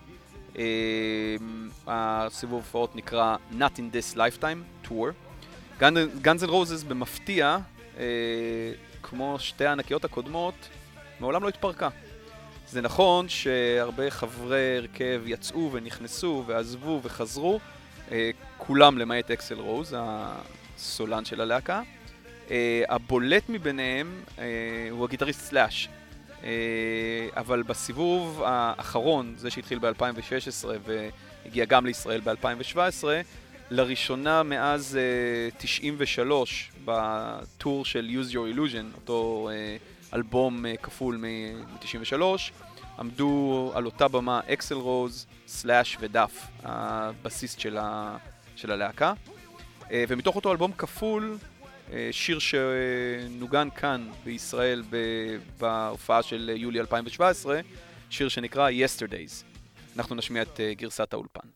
הסיבוב ההופעות נקרא Not in This Lifetime Tour. Guns N' Roses במפתיע, כמו שתי הענקיות הקודמות, מעולם לא התפרקה. זה נכון שהרבה חברי הרכב יצאו ונכנסו ועזבו וחזרו, כולם למעט אקסל רוז, הסולן של הלהקה. הבולט מביניהם הוא הגיטריסט סלאש, אבל בסיבוב האחרון, זה שהתחיל ב-אלפיים שש עשרה והגיע גם לישראל ב-אלפיים שבע עשרה, לראשונה מאז תשעים ושלוש בטור של Use Your Illusion, אותו אלבום כפול מ-תשעים ושלוש, עמדו על אותה במה אקסל רוז, סלאש ודף, הבסיסט של, ה... של הלהקה. ומתוך אותו אלבום כפול, שיר שנוגן כאן בישראל בהופעה של יולי אלפיים שבע עשרה, שיר שנקרא Yesterdays. אנחנו נשמיע את גרסת האולפן.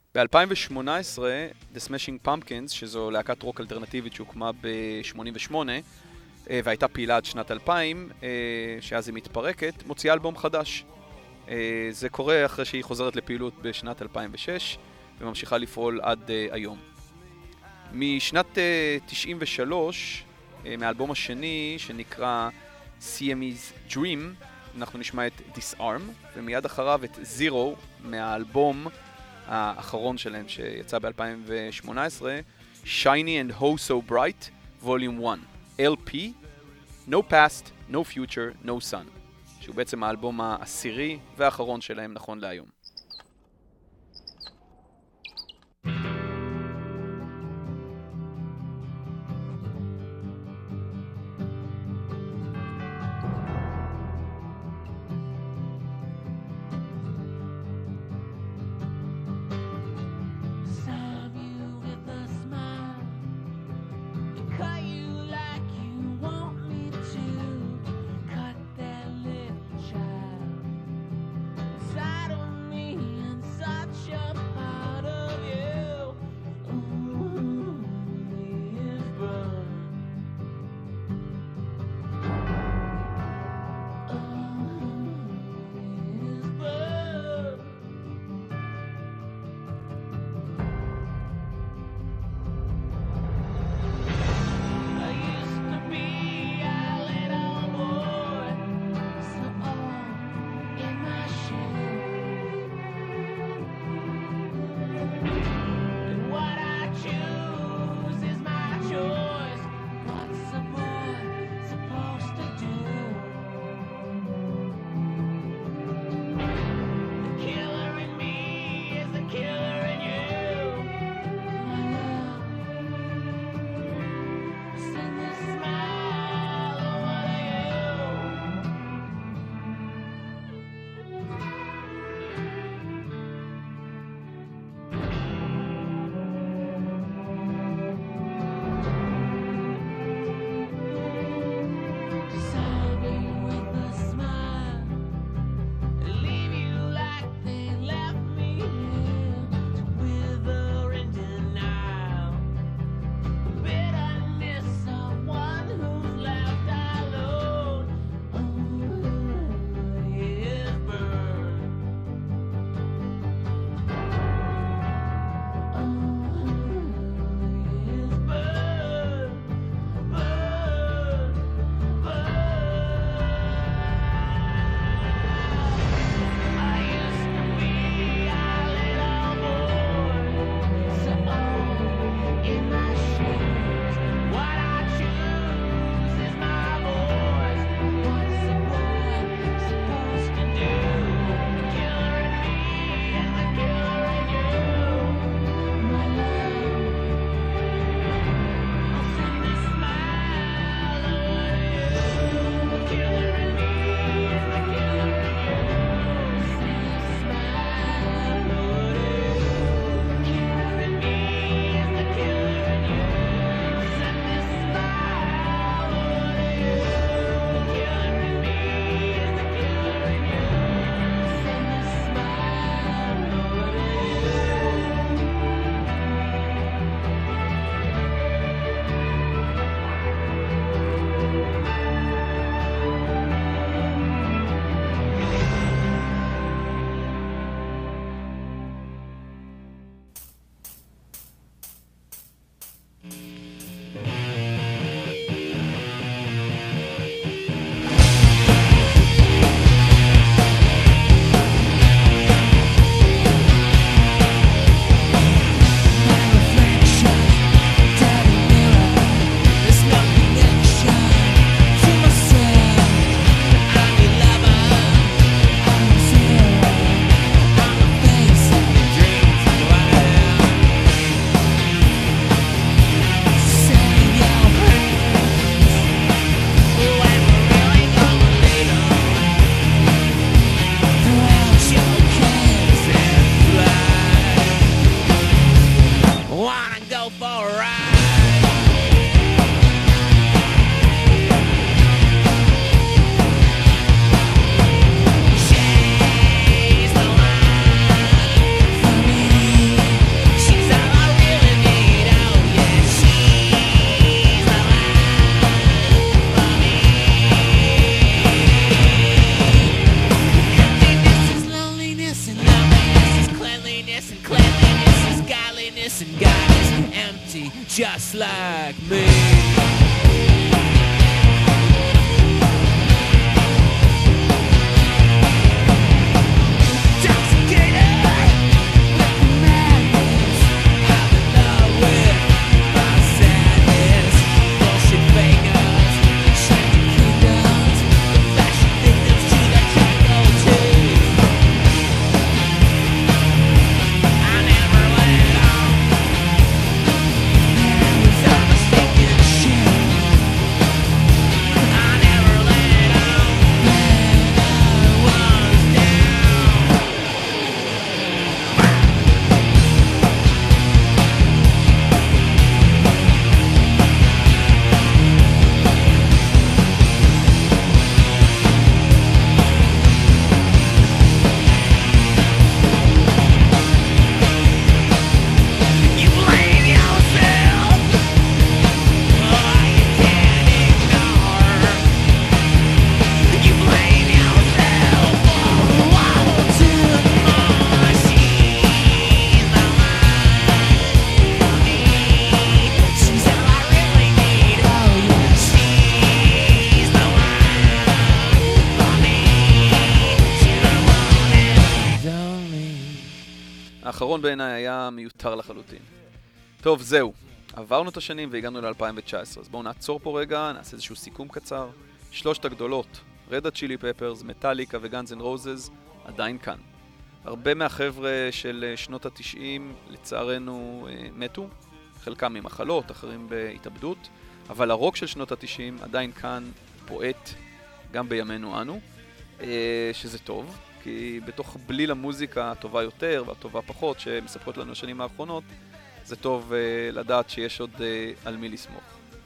ב-אלפיים ושמונה עשרה, The Smashing Pumpkins, שזו להקת רוק אלטרנטיבית שהוקמה ב-שמונים ושמונה, והייתה פעילה עד שנת אלפיים, שאז היא מתפרקת, מוציאה אלבום חדש. זה קורה אחרי שהיא חוזרת לפעילות בשנת אלפיים ושש, וממשיכה לפעול עד היום. משנת תשעים ושלוש, מהאלבום השני, שנקרא Siamese Dream, אנחנו נשמע את Disarm, ומיד אחריו את Zero, מהאלבום האחרון שלהם שיצא ב-אלפיים ושמונה עשרה, Shiny and Oh So Bright, Volume one, L P, No Past, No Future, No Sun, שהוא בעצם האלבום העשירי והאחרון שלהם נכון להיום. Inside of me Godliness is godliness and God is empty, just like me. האחרון בעיניי היה מיותר לחלוטין. טוב, זהו. עברנו את השנים והגענו ל-אלפיים תשע עשרה, אז בואו נעצור פה רגע, נעשה איזשהו סיכום קצר. שלושת הגדולות, Red Hot Chili Peppers, מטאליקה וגאנז אנד רוזז, עדיין כאן. הרבה מהחבר'ה של שנות ה-תשעים לצערנו מתו, חלקם ממחלות, אחרים בהתאבדות, אבל הרוק של שנות ה-תשעים עדיין כאן, פואט, גם בימינו אנו, שזה טוב. כי בתוך בליל המוזיקה הטובה יותר והטובה פחות שמספרות לנו השנים האחרונות, זה טוב uh, לדעת שיש עוד uh, על מי לסמוך.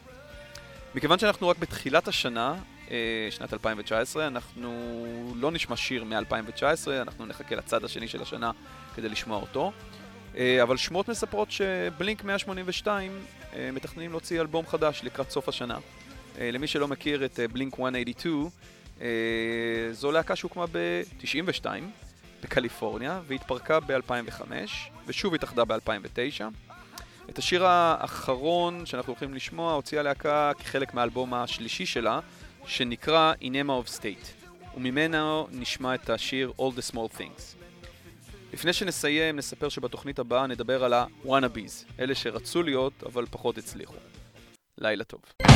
מכיוון שאנחנו רק בתחילת השנה, uh, שנת אלפיים תשע עשרה, אנחנו לא נשמע שיר מ-אלפיים תשע עשרה, אנחנו נחכה לצד השני של השנה כדי לשמוע אותו. Uh, אבל שמות מספרות שבלינק מאה שמונים ושתיים uh, מתכננים להוציא אלבום חדש לקראת סוף השנה. Uh, למי שלא מכיר את בלינק מאה שמונים ושתיים, Uh, זו להקה שהוקמה ב-תשעים ושתיים בקליפורניה והתפרקה ב-אלפיים וחמש ושוב התאחדה ב-אלפיים ותשע. את השיר האחרון שאנחנו הולכים לשמוע הוציאה להקה כחלק מהאלבום השלישי שלה שנקרא Enema of State, וממנו נשמע את השיר All the Small Things. לפני שנסיים נספר שבתוכנית הבאה נדבר על ה-wannabes, אלה שרצו להיות אבל פחות הצליחו. לילה טוב.